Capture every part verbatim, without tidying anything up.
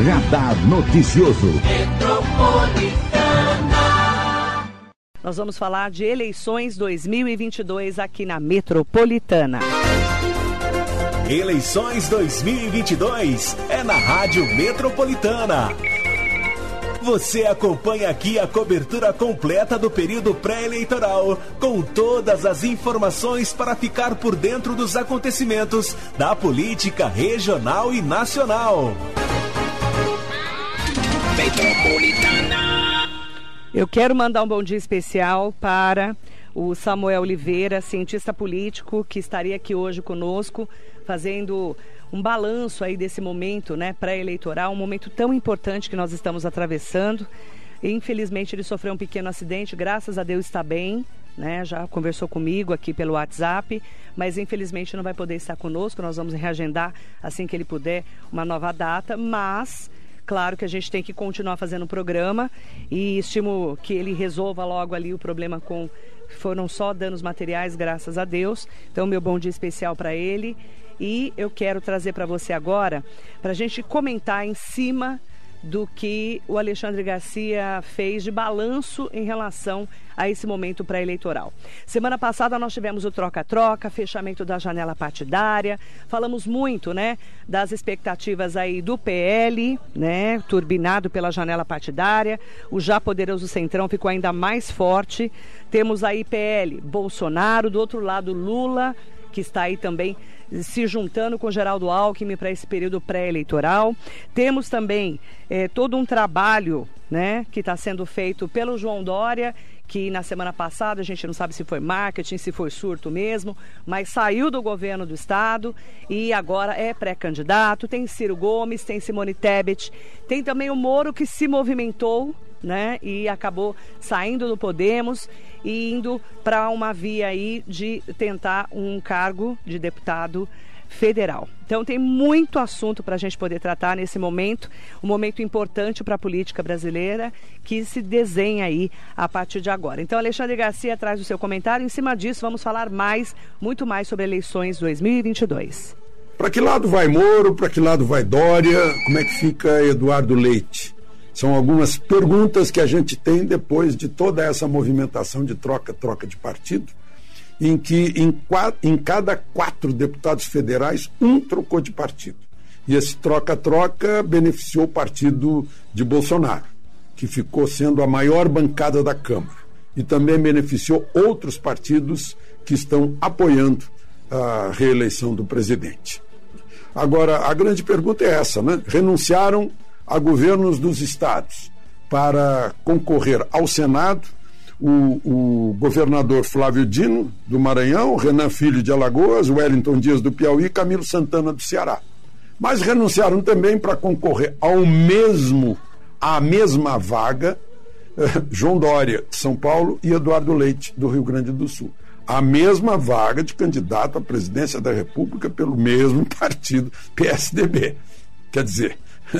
Radar Noticioso. Nós vamos falar de eleições dois mil e vinte e dois aqui na Metropolitana. Eleições dois mil e vinte e dois é na Rádio Metropolitana. Você acompanha aqui a cobertura completa do período pré-eleitoral, com todas as informações para ficar por dentro dos acontecimentos da política regional e nacional. Metropolitana. Eu quero mandar um bom dia especial para o Samuel Oliveira, cientista político, que estaria aqui hoje conosco, fazendo um balanço aí desse momento, né, pré-eleitoral, um momento tão importante que nós estamos atravessando. Infelizmente ele sofreu um pequeno acidente, graças a Deus está bem, né, já conversou comigo aqui pelo WhatsApp, mas infelizmente não vai poder estar conosco. Nós vamos reagendar assim que ele puder uma nova data, mas claro que a gente tem que continuar fazendo o programa e estimo que ele resolva logo ali o problema com... Foram só danos materiais, graças a Deus. Então, meu bom dia especial para ele. E eu quero trazer para você agora, para a gente comentar em cima do que o Alexandre Garcia fez de balanço em relação a esse momento pré-eleitoral. Semana passada nós tivemos o troca-troca, fechamento da janela partidária, falamos muito, né, das expectativas aí do P L, né, turbinado pela janela partidária, o já poderoso Centrão ficou ainda mais forte, temos aí P L, Bolsonaro, do outro lado Lula, que está aí também se juntando com Geraldo Alckmin para esse período pré-eleitoral. Temos também eh, todo um trabalho, né, que está sendo feito pelo João Dória, que na semana passada a gente não sabe se foi marketing, se foi surto mesmo, mas saiu do governo do estado e agora é pré-candidato. Tem Ciro Gomes, tem Simone Tebet, tem também o Moro, que se movimentou, né, e acabou saindo do Podemos e indo para uma via aí de tentar um cargo de deputado federal. Então tem muito assunto para a gente poder tratar nesse momento, um momento importante para a política brasileira que se desenha aí a partir de agora. Então Alexandre Garcia traz o seu comentário, em cima disso vamos falar mais, muito mais sobre eleições dois mil e vinte e dois. Para que lado vai Moro, para que lado vai Dória, como é que fica Eduardo Leite? São algumas perguntas que a gente tem depois de toda essa movimentação de troca-troca de partido, em que em, quatro, em cada quatro deputados federais, um trocou de partido. E esse troca-troca beneficiou o partido de Bolsonaro, que ficou sendo a maior bancada da Câmara. E também beneficiou outros partidos que estão apoiando a reeleição do presidente. Agora, a grande pergunta é essa, né? Renunciaram a governos dos estados para concorrer ao Senado o, o governador Flávio Dino, do Maranhão, Renan Filho, de Alagoas, Wellington Dias, do Piauí, Camilo Santana, do Ceará. Mas renunciaram também para concorrer ao mesmo, à mesma vaga, eh, João Dória, de São Paulo, e Eduardo Leite, do Rio Grande do Sul. A mesma vaga de candidato à presidência da República pelo mesmo partido, P S D B. Quer dizer,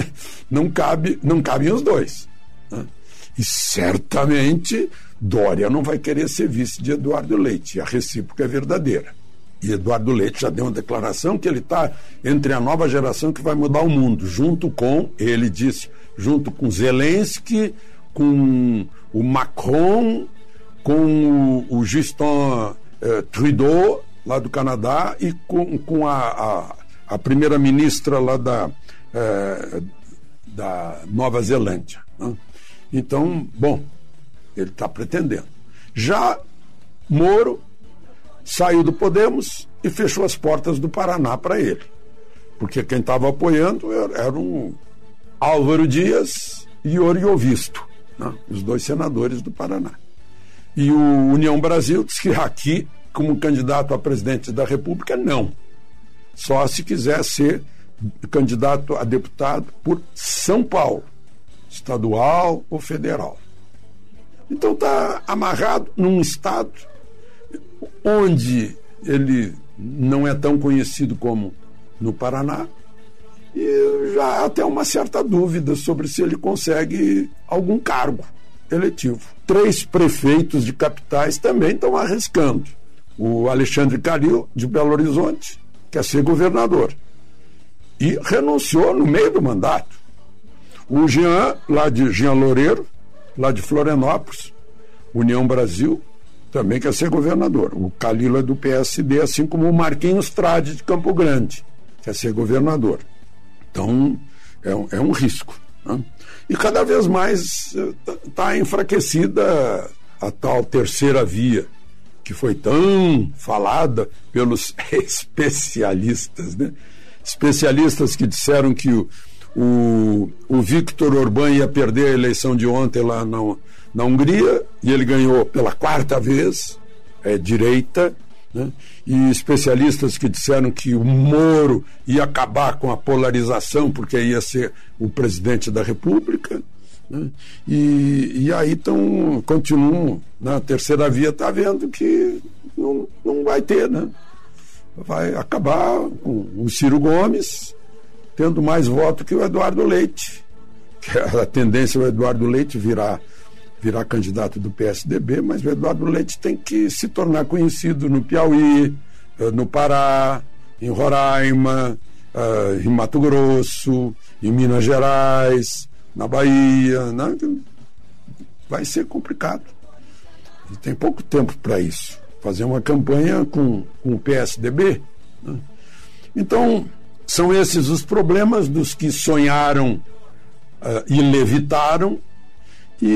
não cabe, não cabem os dois, né? E certamente Dória não vai querer ser vice de Eduardo Leite, a recíproca é verdadeira. E Eduardo Leite já deu uma declaração que ele está entre a nova geração que vai mudar o mundo, junto com, ele disse, junto com Zelensky, com o Macron, com o, o Justin eh, Trudeau, lá do Canadá, e com, com a, a, a primeira-ministra lá da É, da Nova Zelândia, né? Então, bom, ele está pretendendo. Já Moro saiu do Podemos e fechou as portas do Paraná para ele, porque quem estava apoiando eram Álvaro Dias e Oriovisto, né? Os dois senadores do Paraná. E o União Brasil disse que aqui, como candidato a presidente da República, não. Só se quiser ser candidato a deputado por São Paulo, estadual ou federal. Então está amarrado num estado onde ele não é tão conhecido como no Paraná, e já há até uma certa dúvida sobre se ele consegue algum cargo eletivo. Três prefeitos de capitais também estão arriscando. O Alexandre Calil, de Belo Horizonte, quer ser governador e renunciou no meio do mandato. O Jean, lá de Jean Loureiro, lá de Florianópolis, União Brasil, também quer ser governador. O Calilo é do P S D, assim como o Marquinhos Trade de Campo Grande, quer ser governador. Então, é um, é um risco, né? E cada vez mais está enfraquecida a tal terceira via, que foi tão falada pelos especialistas, né? Especialistas que disseram que o, o, o Viktor Orbán ia perder a eleição de ontem lá na, na Hungria, e ele ganhou pela quarta vez, é direita, né? E especialistas que disseram que o Moro ia acabar com a polarização porque ia ser o presidente da República, né? E, e aí tão, continuam na terceira via, está vendo que não, não vai ter, né? Vai acabar com o Ciro Gomes tendo mais voto que o Eduardo Leite, que a tendência é o Eduardo Leite virar virar candidato do P S D B, mas o Eduardo Leite tem que se tornar conhecido no Piauí, no Pará, em Roraima, em Mato Grosso, em Minas Gerais, na Bahia, né? Vai ser complicado. E tem pouco tempo para isso. Fazer uma campanha com, com o P S D B, né? Então, são esses os problemas dos que sonharam uh, e levitaram, e,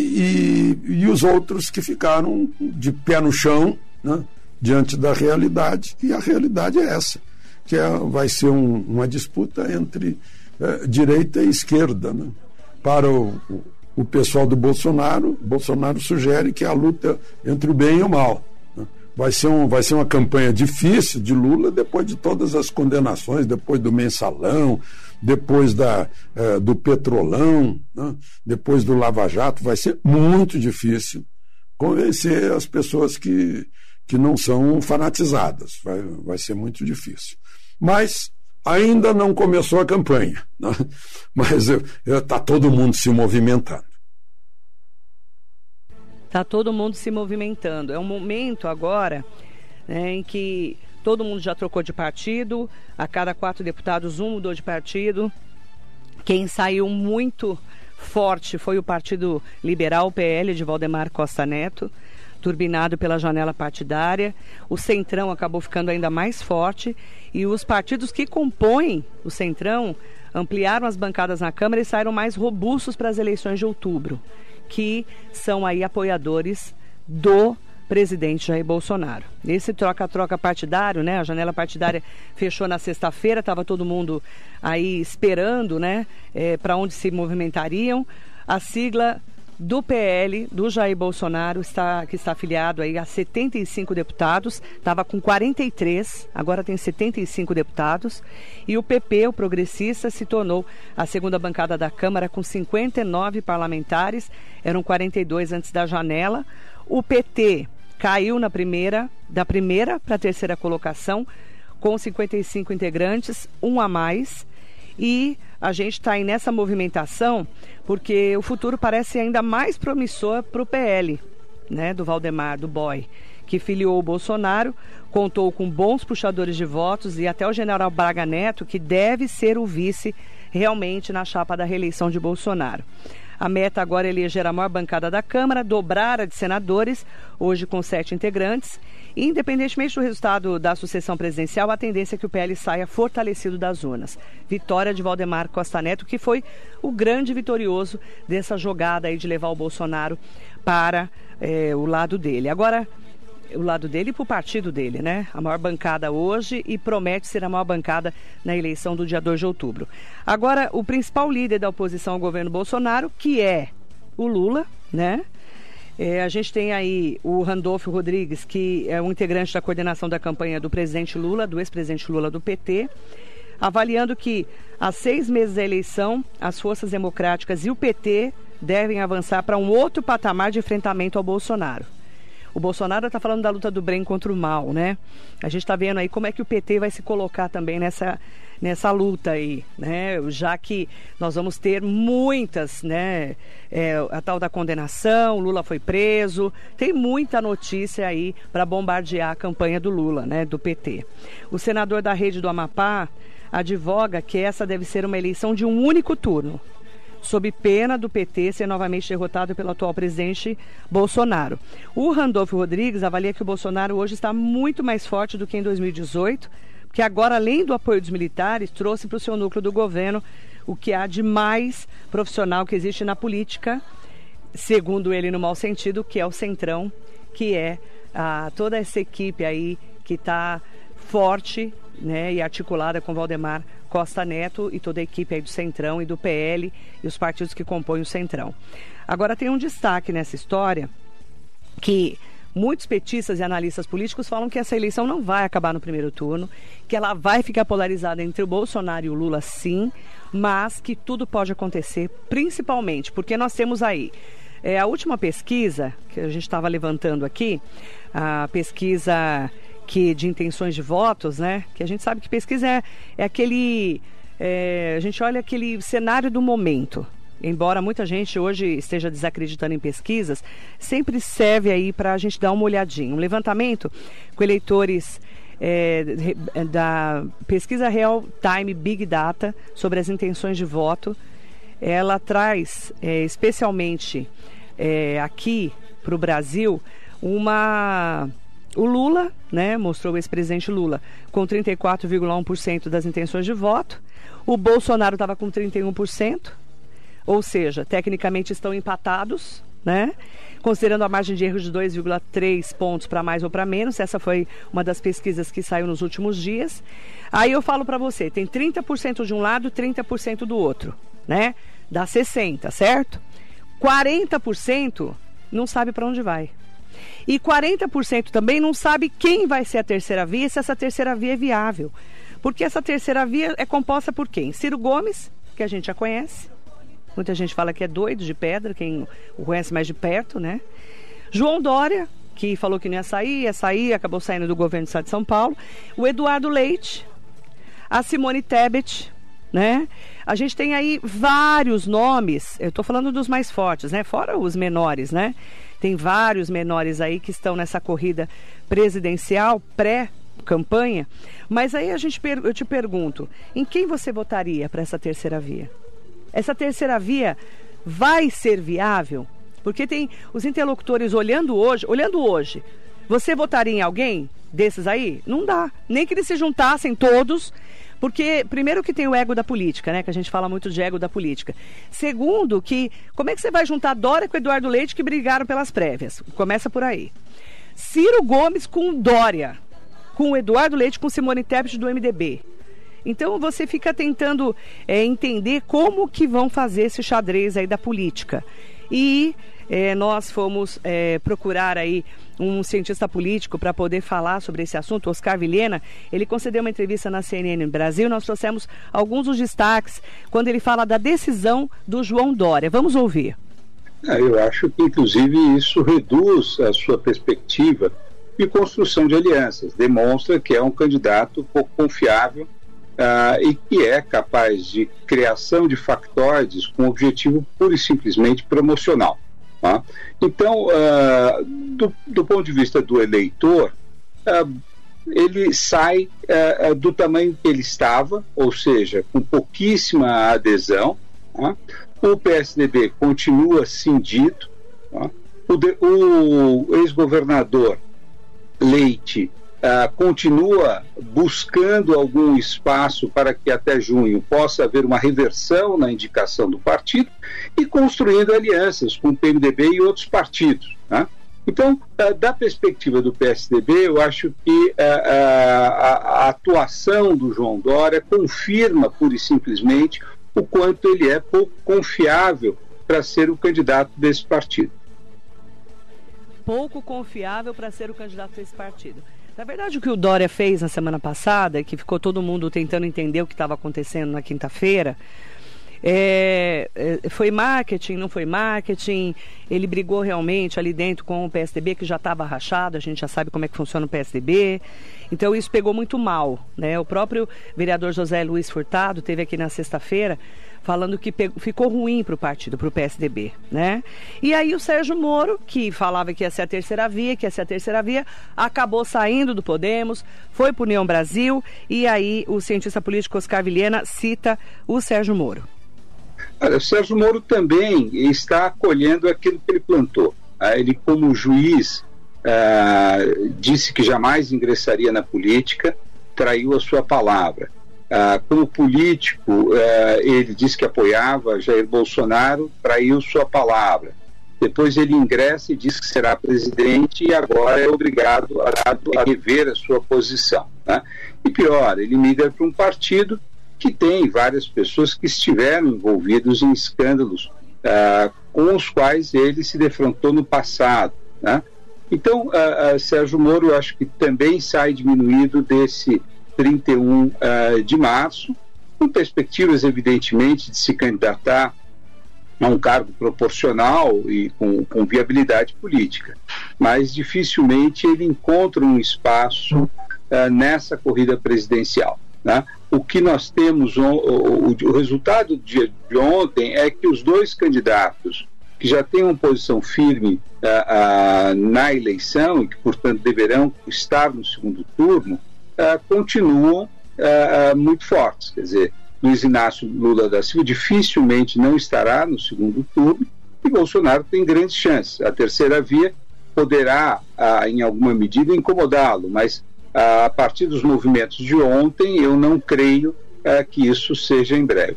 e, e os outros que ficaram de pé no chão, né, diante da realidade. E a realidade é essa, que é, vai ser um, uma disputa entre uh, direita e esquerda, né? Para o, o, o pessoal do Bolsonaro, Bolsonaro sugere que é a luta entre o bem e o mal. Vai ser, um, vai ser uma campanha difícil de Lula, depois de todas as condenações, depois do mensalão, depois da, eh, do petrolão, né? Depois do Lava Jato. Vai ser muito difícil convencer as pessoas que, que não são fanatizadas. Vai, vai ser muito difícil. Mas ainda não começou a campanha, né? Mas está todo mundo se movimentando. Está todo mundo se movimentando. É um momento agora, né, em que todo mundo já trocou de partido, a cada quatro deputados um mudou de partido. Quem saiu muito forte foi o Partido Liberal, o P L, de Valdemar Costa Neto, turbinado pela janela partidária. O Centrão acabou ficando ainda mais forte, e os partidos que compõem o Centrão ampliaram as bancadas na Câmara e saíram mais robustos para as eleições de outubro, que são aí apoiadores do presidente Jair Bolsonaro. Esse troca-troca partidário, né? A janela partidária fechou na sexta-feira, estava todo mundo aí esperando, né? É, para onde se movimentariam. A sigla do P L, do Jair Bolsonaro, está, que está afiliado aí a setenta e cinco deputados, estava com quarenta e três, agora tem setenta e cinco deputados, e o P P, o progressista, se tornou a segunda bancada da Câmara com cinquenta e nove parlamentares, eram quarenta e dois antes da janela. O P T caiu na primeira, da primeira para a terceira colocação, com cinquenta e cinco integrantes, um a mais. E a gente está aí nessa movimentação porque o futuro parece ainda mais promissor para o P L, né, do Valdemar, do Boy, que filiou o Bolsonaro, contou com bons puxadores de votos, e até o general Braga Neto, que deve ser o vice realmente na chapa da reeleição de Bolsonaro. A meta agora é eleger a maior bancada da Câmara, dobrar a de senadores, hoje com sete integrantes. E, independentemente do resultado da sucessão presidencial, a tendência é que o P L saia fortalecido das urnas. Vitória de Valdemar Costa Neto, que foi o grande vitorioso dessa jogada aí de levar o Bolsonaro para eh, o lado dele. Agora, o lado dele e para o partido dele, né? A maior bancada hoje, e promete ser a maior bancada na eleição do dia dois de outubro. Agora, o principal líder da oposição ao governo Bolsonaro, que é o Lula, né? É, a gente tem aí o Randolfo Rodrigues, que é um integrante da coordenação da campanha do presidente Lula, do ex-presidente Lula do P T, avaliando que há seis meses da eleição, as forças democráticas e o P T devem avançar para um outro patamar de enfrentamento ao Bolsonaro. O Bolsonaro está falando da luta do bem contra o mal, né? A gente está vendo aí como é que o P T vai se colocar também nessa, nessa luta aí, né? Já que nós vamos ter muitas, né? É, a tal da condenação, o Lula foi preso, tem muita notícia aí para bombardear a campanha do Lula, né? Do P T. O senador da Rede do Amapá advoga que essa deve ser uma eleição de um único turno. sob pena do P T ser novamente derrotado pelo atual presidente Bolsonaro. O Randolfo Rodrigues avalia que o Bolsonaro hoje está muito mais forte do que em dois mil e dezoito, que agora, além do apoio dos militares, trouxe para o seu núcleo do governo o que há de mais profissional que existe na política, segundo ele, no mau sentido, que é o Centrão, que é ah, toda essa equipe aí que está forte, né, e articulada com Valdemar Costa Neto e toda a equipe aí do Centrão e do P L e os partidos que compõem o Centrão. Agora tem um destaque nessa história que muitos petistas e analistas políticos falam que essa eleição não vai acabar no primeiro turno, que ela vai ficar polarizada entre o Bolsonaro e o Lula, sim, mas que tudo pode acontecer, principalmente porque nós temos aí é, a última pesquisa que a gente estava levantando aqui, a pesquisa que, de intenções de votos, né? Que a gente sabe que pesquisa é, é aquele... É, a gente olha aquele cenário do momento. Embora muita gente hoje esteja desacreditando em pesquisas, sempre serve aí para a gente dar uma olhadinha. Um levantamento com eleitores é, da pesquisa Real Time Big Data sobre as intenções de voto. Ela traz, é, especialmente é, aqui para o Brasil, uma... O Lula, né, mostrou o ex-presidente Lula com trinta e quatro vírgula um por cento das intenções de voto. O Bolsonaro estava com trinta e um por cento. Ou seja, tecnicamente estão empatados, né? Considerando a margem de erro de dois vírgula três pontos para mais ou para menos. Essa foi uma das pesquisas que saiu nos últimos dias. Aí eu falo para você, tem trinta por cento de um lado e trinta por cento do outro, né? Dá sessenta por cento, certo? quarenta por cento não sabe para onde vai. E quarenta por cento também não sabe quem vai ser a terceira via, se essa terceira via é viável. Porque essa terceira via é composta por quem? Ciro Gomes, que a gente já conhece. Muita gente fala que é doido de pedra, quem o conhece mais de perto, né? João Dória, que falou que não ia sair, ia sair, acabou saindo do governo do estado de São Paulo. O Eduardo Leite, a Simone Tebet, né? A gente tem aí vários nomes, eu estou falando dos mais fortes, né? Fora os menores, né? Tem vários menores aí que estão nessa corrida presidencial, pré-campanha. Mas aí a gente, eu te pergunto, em quem você votaria para essa terceira via? Essa terceira via vai ser viável? Porque tem os interlocutores olhando hoje, olhando hoje, você votaria em alguém desses aí? Não dá. Nem que eles se juntassem todos, porque primeiro que tem o ego da política, né? Que a gente fala muito de ego da política. Segundo que, como é que você vai juntar Dória com Eduardo Leite que brigaram pelas prévias? Começa por aí. Ciro Gomes com Dória, com o Eduardo Leite com Simone Tebet do M D B. Então você fica tentando é, entender como que vão fazer esse xadrez aí da política. E é, nós fomos é, procurar aí um cientista político para poder falar sobre esse assunto, Oscar Vilhena. Ele concedeu uma entrevista na C N N Brasil. Nós trouxemos alguns dos destaques quando ele fala da decisão do João Dória. Vamos ouvir. É, eu acho que, inclusive, isso reduz a sua perspectiva de construção de alianças. Demonstra que é um candidato pouco confiável, Uh, e que é capaz de criação de factoides com objetivo pura e simplesmente promocional. Tá? Então, uh, do, do ponto de vista do eleitor, uh, ele sai uh, do tamanho que ele estava, ou seja, com pouquíssima adesão. Tá? O P S D B continua cindido. Tá? O, de, o ex-governador Leite Uh, continua buscando algum espaço para que até junho possa haver uma reversão na indicação do partido e construindo alianças com o P M D B e outros partidos. Né? Então, uh, da perspectiva do P S D B, eu acho que uh, uh, a, a atuação do João Dória confirma, pura e simplesmente, o quanto ele é pouco confiável para ser o candidato desse partido. Pouco confiável para ser o candidato desse partido. Na verdade, o que o Dória fez na semana passada, que ficou todo mundo tentando entender o que estava acontecendo na quinta-feira, é, é, foi marketing, não foi marketing. Ele brigou realmente ali dentro com o P S D B, que já estava rachado, a gente já sabe como é que funciona o P S D B. Então isso pegou muito mal, né? O próprio vereador José Luiz Furtado teve aqui na sexta-feira falando que pegou, ficou ruim para o partido, para o P S D B, né? E aí o Sérgio Moro, que falava que ia ser a terceira via, que ia ser a terceira via, acabou saindo do Podemos, foi para o União Brasil, e aí o cientista político Oscar Vilhena cita o Sérgio Moro. Olha, o Sérgio Moro também está colhendo aquilo que ele plantou. Ah, ele, como juiz, ah, disse que jamais ingressaria na política, traiu a sua palavra. Ah, como político, ah, ele disse que apoiava Jair Bolsonaro, traiu sua palavra. Depois ele ingressa e diz que será presidente e agora é obrigado a, a rever a sua posição, né? E pior, ele migra para um partido que tem várias pessoas que estiveram envolvidos em escândalos ah, com os quais ele se defrontou no passado, né? Então, ah, ah, Sérgio Moro, eu acho que também sai diminuído desse trinta e um ah, de março, com perspectivas, evidentemente, de se candidatar a um cargo proporcional e com, com viabilidade política. Mas dificilmente ele encontra um espaço uh, nessa corrida presidencial, né? O que nós temos, o, o, o resultado do dia de ontem é que os dois candidatos que já têm uma posição firme uh, uh, na eleição e que, portanto, deverão estar no segundo turno, uh, continuam uh, uh, muito fortes. Quer dizer, Luiz Inácio Lula da Silva dificilmente não estará no segundo turno e Bolsonaro tem grandes chances. A terceira via poderá, ah, em alguma medida, incomodá-lo, mas ah, a partir dos movimentos de ontem, eu não creio ah, que isso seja em breve.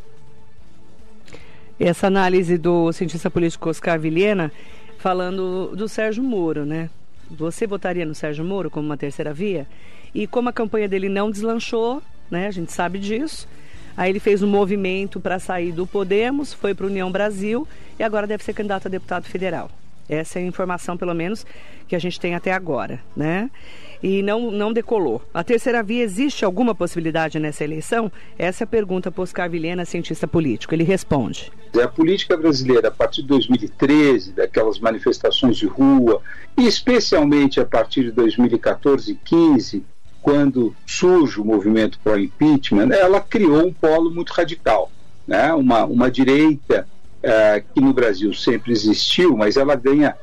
Essa análise do cientista político Oscar Vilhena, falando do Sérgio Moro, né? Você votaria no Sérgio Moro como uma terceira via? E como a campanha dele não deslanchou, né? A gente sabe disso. Aí ele fez um movimento para sair do Podemos, foi para a União Brasil e agora deve ser candidato a deputado federal. Essa é a informação, pelo menos, que a gente tem até agora, né? E não, não decolou. A terceira via, existe alguma possibilidade nessa eleição? Essa é a pergunta para o Oscar Vilhena, cientista político. Ele responde. A política brasileira, a partir de dois mil e treze, daquelas manifestações de rua, e especialmente a partir de dois mil e quatorze e quinze, quando surge o movimento pró-impeachment, ela criou um polo muito radical, né? uma, uma direita uh, que no Brasil sempre existiu, mas ela ganha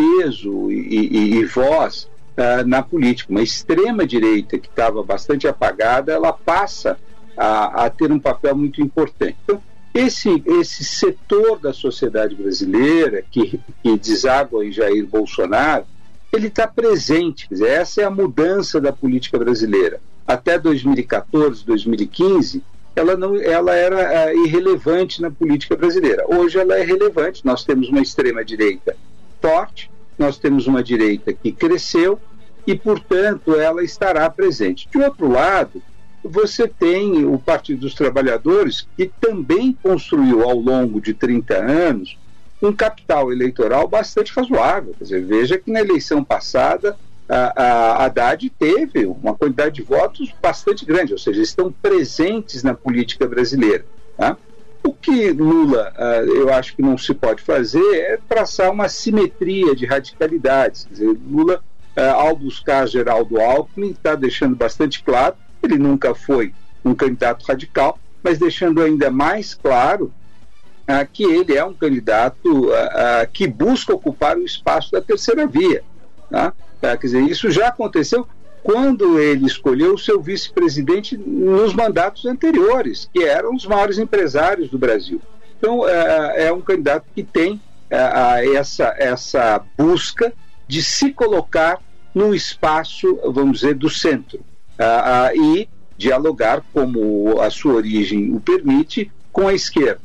peso e, e, e voz uh, na política. Uma extrema-direita que estava bastante apagada, ela passa a, a ter um papel muito importante. Então, esse, esse setor da sociedade brasileira que, que deságua em Jair Bolsonaro, ele está presente. Quer dizer, essa é a mudança da política brasileira. Até dois mil e quatorze, dois mil e quinze, ela, não, ela era uh, irrelevante na política brasileira. Hoje ela é relevante. Nós temos uma extrema-direita forte, nós temos uma direita que cresceu e, portanto, ela estará presente. De outro lado, você tem o Partido dos Trabalhadores, que também construiu ao longo de trinta anos um capital eleitoral bastante razoável. Quer dizer, veja que na eleição passada a, a Haddad teve uma quantidade de votos bastante grande, ou seja, estão presentes na política brasileira, tá? O que Lula, uh, eu acho que não se pode fazer é traçar uma simetria de radicalidades. Quer dizer, Lula, uh, ao buscar Geraldo Alckmin, está deixando bastante claro, ele nunca foi um candidato radical, mas deixando ainda mais claro Uh, que ele é um candidato uh, uh, que busca ocupar o espaço da terceira via, tá? Uh, quer dizer, isso já aconteceu quando ele escolheu o seu vice-presidente nos mandatos anteriores, que eram os maiores empresários do Brasil. Então, uh, é um candidato que tem uh, essa, essa busca de se colocar no espaço, vamos dizer, do centro, uh, uh, e dialogar, como a sua origem o permite, com a esquerda.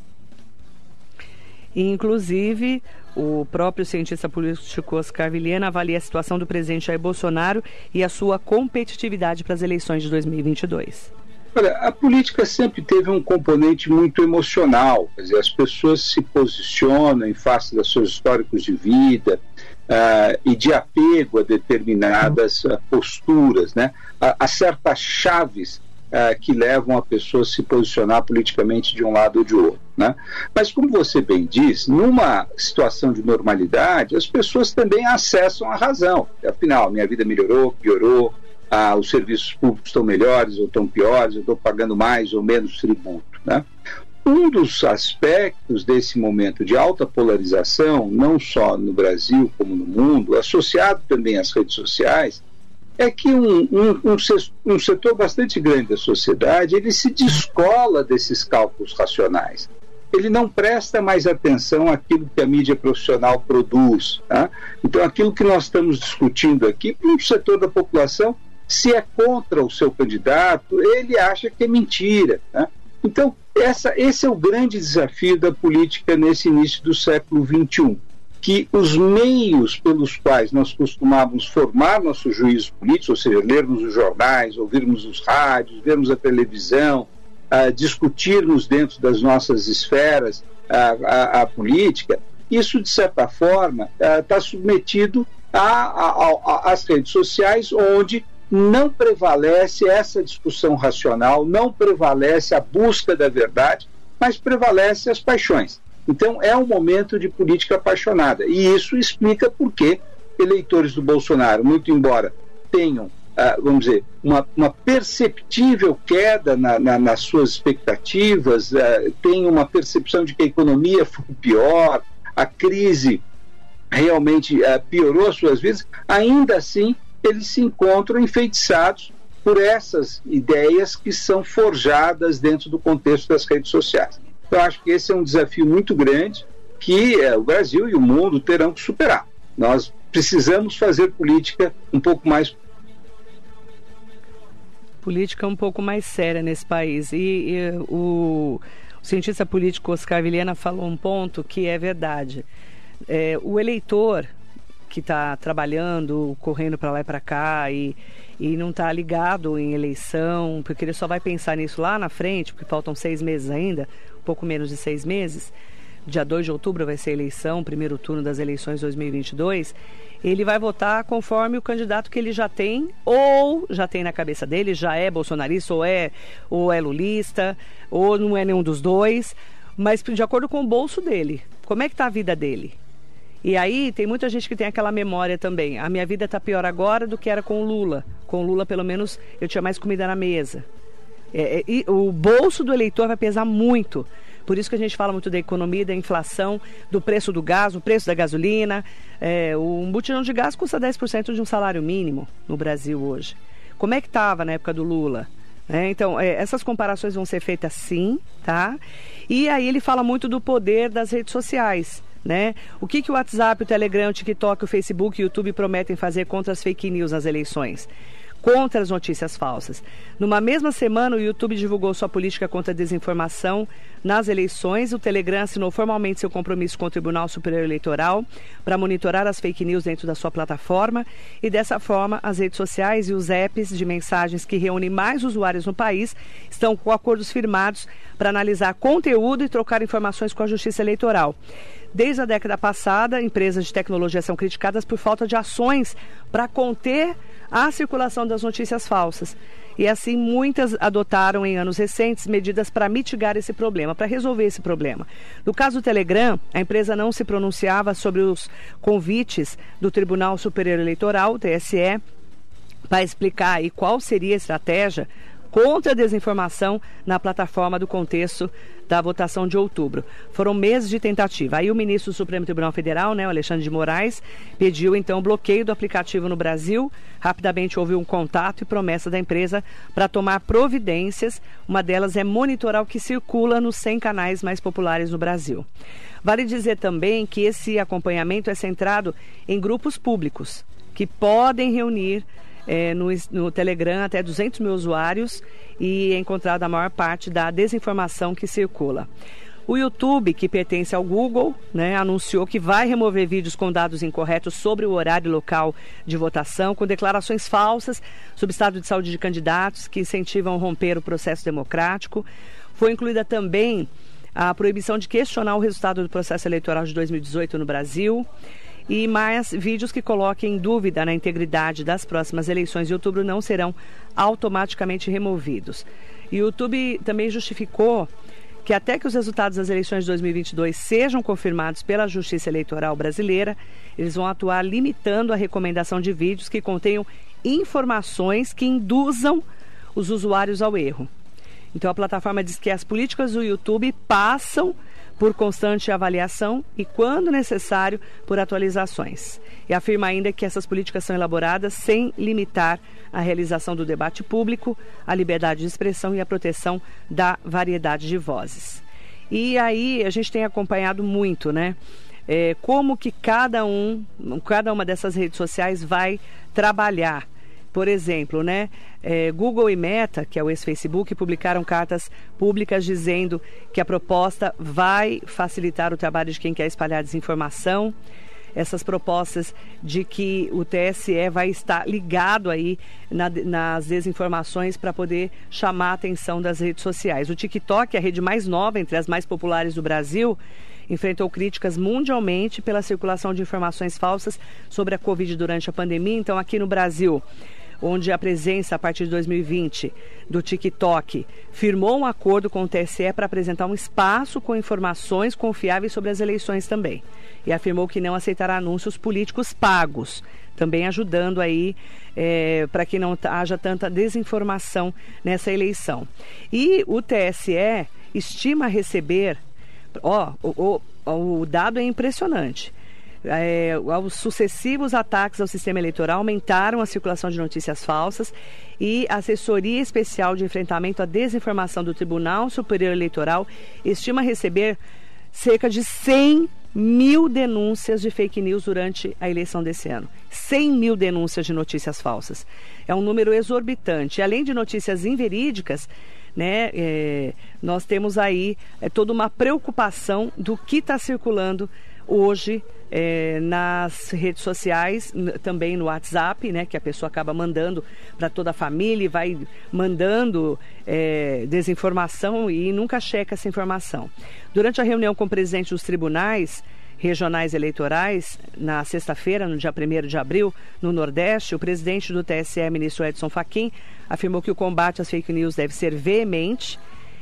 Inclusive, o próprio cientista político Oscar Vilhena avalia a situação do presidente Jair Bolsonaro e a sua competitividade para as eleições de dois mil e vinte e dois. Olha, a política sempre teve um componente muito emocional. Quer dizer, as pessoas se posicionam em face dos seus históricos de vida uh, e de apego a determinadas uh, posturas, né? a, a certas chaves Uh, que levam a pessoa a se posicionar politicamente de um lado ou de outro, né? Mas, como você bem diz, numa situação de normalidade, as pessoas também acessam a razão. Afinal, minha vida melhorou, piorou, ah, os serviços públicos estão melhores ou estão piores, eu estou pagando mais ou menos tributo, né? Um dos aspectos desse momento de alta polarização, não só no Brasil como no mundo, associado também às redes sociais, é que um, um, um, um setor bastante grande da sociedade, ele se descola desses cálculos racionais. ele não presta mais atenção àquilo que a mídia profissional produz. Tá? Então, aquilo que nós estamos discutindo aqui, para um setor da população, se é contra o seu candidato, ele acha que é mentira. Tá? Então, essa, esse é o grande desafio da política nesse início do século vinte e um, que os meios pelos quais nós costumávamos formar nossos juízos políticos, ou seja, lermos os jornais, ouvirmos os rádios, vermos a televisão, uh, discutirmos dentro das nossas esferas uh, a, a política, isso, de certa forma, está uh, submetido às redes sociais, onde não prevalece essa discussão racional, não prevalece a busca da verdade, mas prevalece as paixões. Então é um momento de política apaixonada, e isso explica por que eleitores do Bolsonaro, muito embora tenham, ah, vamos dizer, uma, uma perceptível queda na, na, nas suas expectativas, ah, tenham uma percepção de que a economia foi pior, a crise realmente ah, piorou as suas vidas, ainda assim eles se encontram enfeitiçados por essas ideias que são forjadas dentro do contexto das redes sociais. Então, acho que esse é um desafio muito grande que é, o Brasil e o mundo terão que superar. Nós precisamos fazer política um pouco mais... Política um pouco mais séria nesse país. E, e o, o cientista político Oscar Vilhena falou um ponto que é verdade. É, o eleitor que está trabalhando, correndo para lá e para cá e, e não está ligado em eleição, porque ele só vai pensar nisso lá na frente, porque faltam seis meses ainda, um pouco menos de seis meses, dia dois de outubro vai ser a eleição, primeiro turno das eleições dois mil e vinte e dois, ele vai votar conforme o candidato que ele já tem, ou já tem na cabeça dele, já é bolsonarista, ou é, ou é lulista, ou não é nenhum dos dois, mas de acordo com o bolso dele. Como é que está a vida dele? E aí tem muita gente que tem aquela memória também. A minha vida está pior agora do que era com o Lula. Com o Lula, pelo menos, eu tinha mais comida na mesa. É, é, e o bolso do eleitor vai pesar muito. Por isso que a gente fala muito da economia, da inflação, do preço do gás, o preço da gasolina. É, um botijão de gás custa dez por cento de um salário mínimo no Brasil hoje. Como é que estava na época do Lula? É, então, é, essas comparações vão ser feitas sim, tá? E aí ele fala muito do poder das redes sociais. Né? O que, que o WhatsApp, o Telegram, o TikTok, o Facebook e o YouTube prometem fazer contra as fake news nas eleições? Contra as notícias falsas. Numa mesma semana, o YouTube divulgou sua política contra a desinformação nas eleições. O Telegram assinou formalmente seu compromisso com o Tribunal Superior Eleitoral para monitorar as fake news dentro da sua plataforma. E dessa forma, as redes sociais e os apps de mensagens que reúnem mais usuários no país estão com acordos firmados para analisar conteúdo e trocar informações com a Justiça Eleitoral. Desde a década passada, empresas de tecnologia são criticadas por falta de ações para conter a circulação das notícias falsas. E assim, muitas adotaram em anos recentes medidas para mitigar esse problema, para resolver esse problema. No caso do Telegram, a empresa não se pronunciava sobre os convites do Tribunal Superior Eleitoral, o T S E, para explicar aí qual seria a estratégia contra a desinformação na plataforma do contexto da votação de outubro. Foram meses de tentativa. Aí o ministro do Supremo Tribunal Federal, né, o Alexandre de Moraes, pediu então o bloqueio do aplicativo no Brasil. Rapidamente houve um contato e promessa da empresa para tomar providências. Uma delas é monitorar o que circula nos cem canais mais populares no Brasil. Vale dizer também que esse acompanhamento é centrado em grupos públicos, que podem reunir É, no, no Telegram até duzentos mil usuários e é encontrada a maior parte da desinformação que circula. O YouTube, que pertence ao Google, né, anunciou que vai remover vídeos com dados incorretos sobre o horário e local de votação, com declarações falsas sobre estado de saúde de candidatos que incentivam a romper o processo democrático. Foi incluída também a proibição de questionar o resultado do processo eleitoral de dois mil e dezoito no Brasil. E mais vídeos que coloquem dúvida na integridade das próximas eleições de outubro não serão automaticamente removidos. E o YouTube também justificou que até que os resultados das eleições de dois mil e vinte e dois sejam confirmados pela Justiça Eleitoral brasileira, eles vão atuar limitando a recomendação de vídeos que contenham informações que induzam os usuários ao erro. Então a plataforma diz que as políticas do YouTube passam por constante avaliação e, quando necessário, por atualizações. E afirma ainda que essas políticas são elaboradas sem limitar a realização do debate público, a liberdade de expressão e a proteção da variedade de vozes. E aí a gente tem acompanhado muito, né? É, como que cada um, cada uma dessas redes sociais vai trabalhar. Por exemplo, né, é, Google e Meta, que é o ex-Facebook, publicaram cartas públicas dizendo que a proposta vai facilitar o trabalho de quem quer espalhar desinformação. Essas propostas de que o T S E vai estar ligado aí na, nas desinformações para poder chamar a atenção das redes sociais. O TikTok, a rede mais nova entre as mais populares do Brasil, enfrentou críticas mundialmente pela circulação de informações falsas sobre a Covid durante a pandemia. Então, aqui no Brasil, onde a presença, a partir de dois mil e vinte, do TikTok firmou um acordo com o T S E para apresentar um espaço com informações confiáveis sobre as eleições também. E afirmou que não aceitará anúncios políticos pagos, também ajudando aí é, para que não haja tanta desinformação nessa eleição. E o T S E estima receber, ó, o, o, o dado é impressionante. É, os sucessivos ataques ao sistema eleitoral aumentaram a circulação de notícias falsas e a Assessoria Especial de Enfrentamento à Desinformação do Tribunal Superior Eleitoral estima receber cerca de cem mil denúncias de fake news durante a eleição desse ano. cem mil denúncias de notícias falsas. É um número exorbitante. E além de notícias inverídicas, né, é, nós temos aí é, toda uma preocupação do que está circulando hoje é, nas redes sociais, também no WhatsApp, né, que a pessoa acaba mandando para toda a família e vai mandando é, desinformação e nunca checa essa informação. Durante a reunião com o presidente dos tribunais regionais eleitorais, na sexta-feira, no dia primeiro de abril, no Nordeste, o presidente do T S E, ministro Edson Fachin, afirmou que o combate às fake news deve ser veemente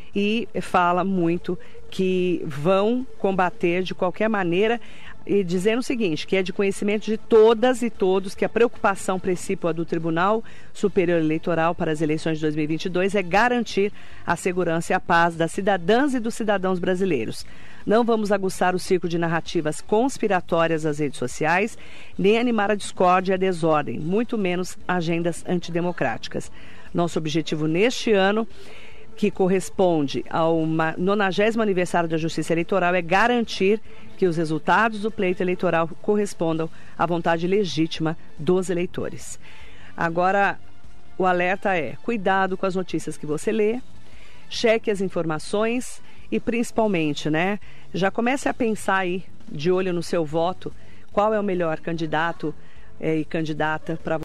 e fala muito que vão combater de qualquer maneira, e dizendo o seguinte, que é de conhecimento de todas e todos que a preocupação principal do Tribunal Superior Eleitoral para as eleições de dois mil e vinte e dois é garantir a segurança e a paz das cidadãs e dos cidadãos brasileiros. Não vamos aguçar o ciclo de narrativas conspiratórias das redes sociais, nem animar a discórdia e a desordem, muito menos agendas antidemocráticas. Nosso objetivo neste ano, que corresponde ao nonagésimo aniversário da Justiça Eleitoral, é garantir que os resultados do pleito eleitoral correspondam à vontade legítima dos eleitores. Agora, o alerta é: cuidado com as notícias que você lê, cheque as informações e, principalmente, né, já comece a pensar aí, de olho no seu voto, qual é o melhor candidato é, e candidata para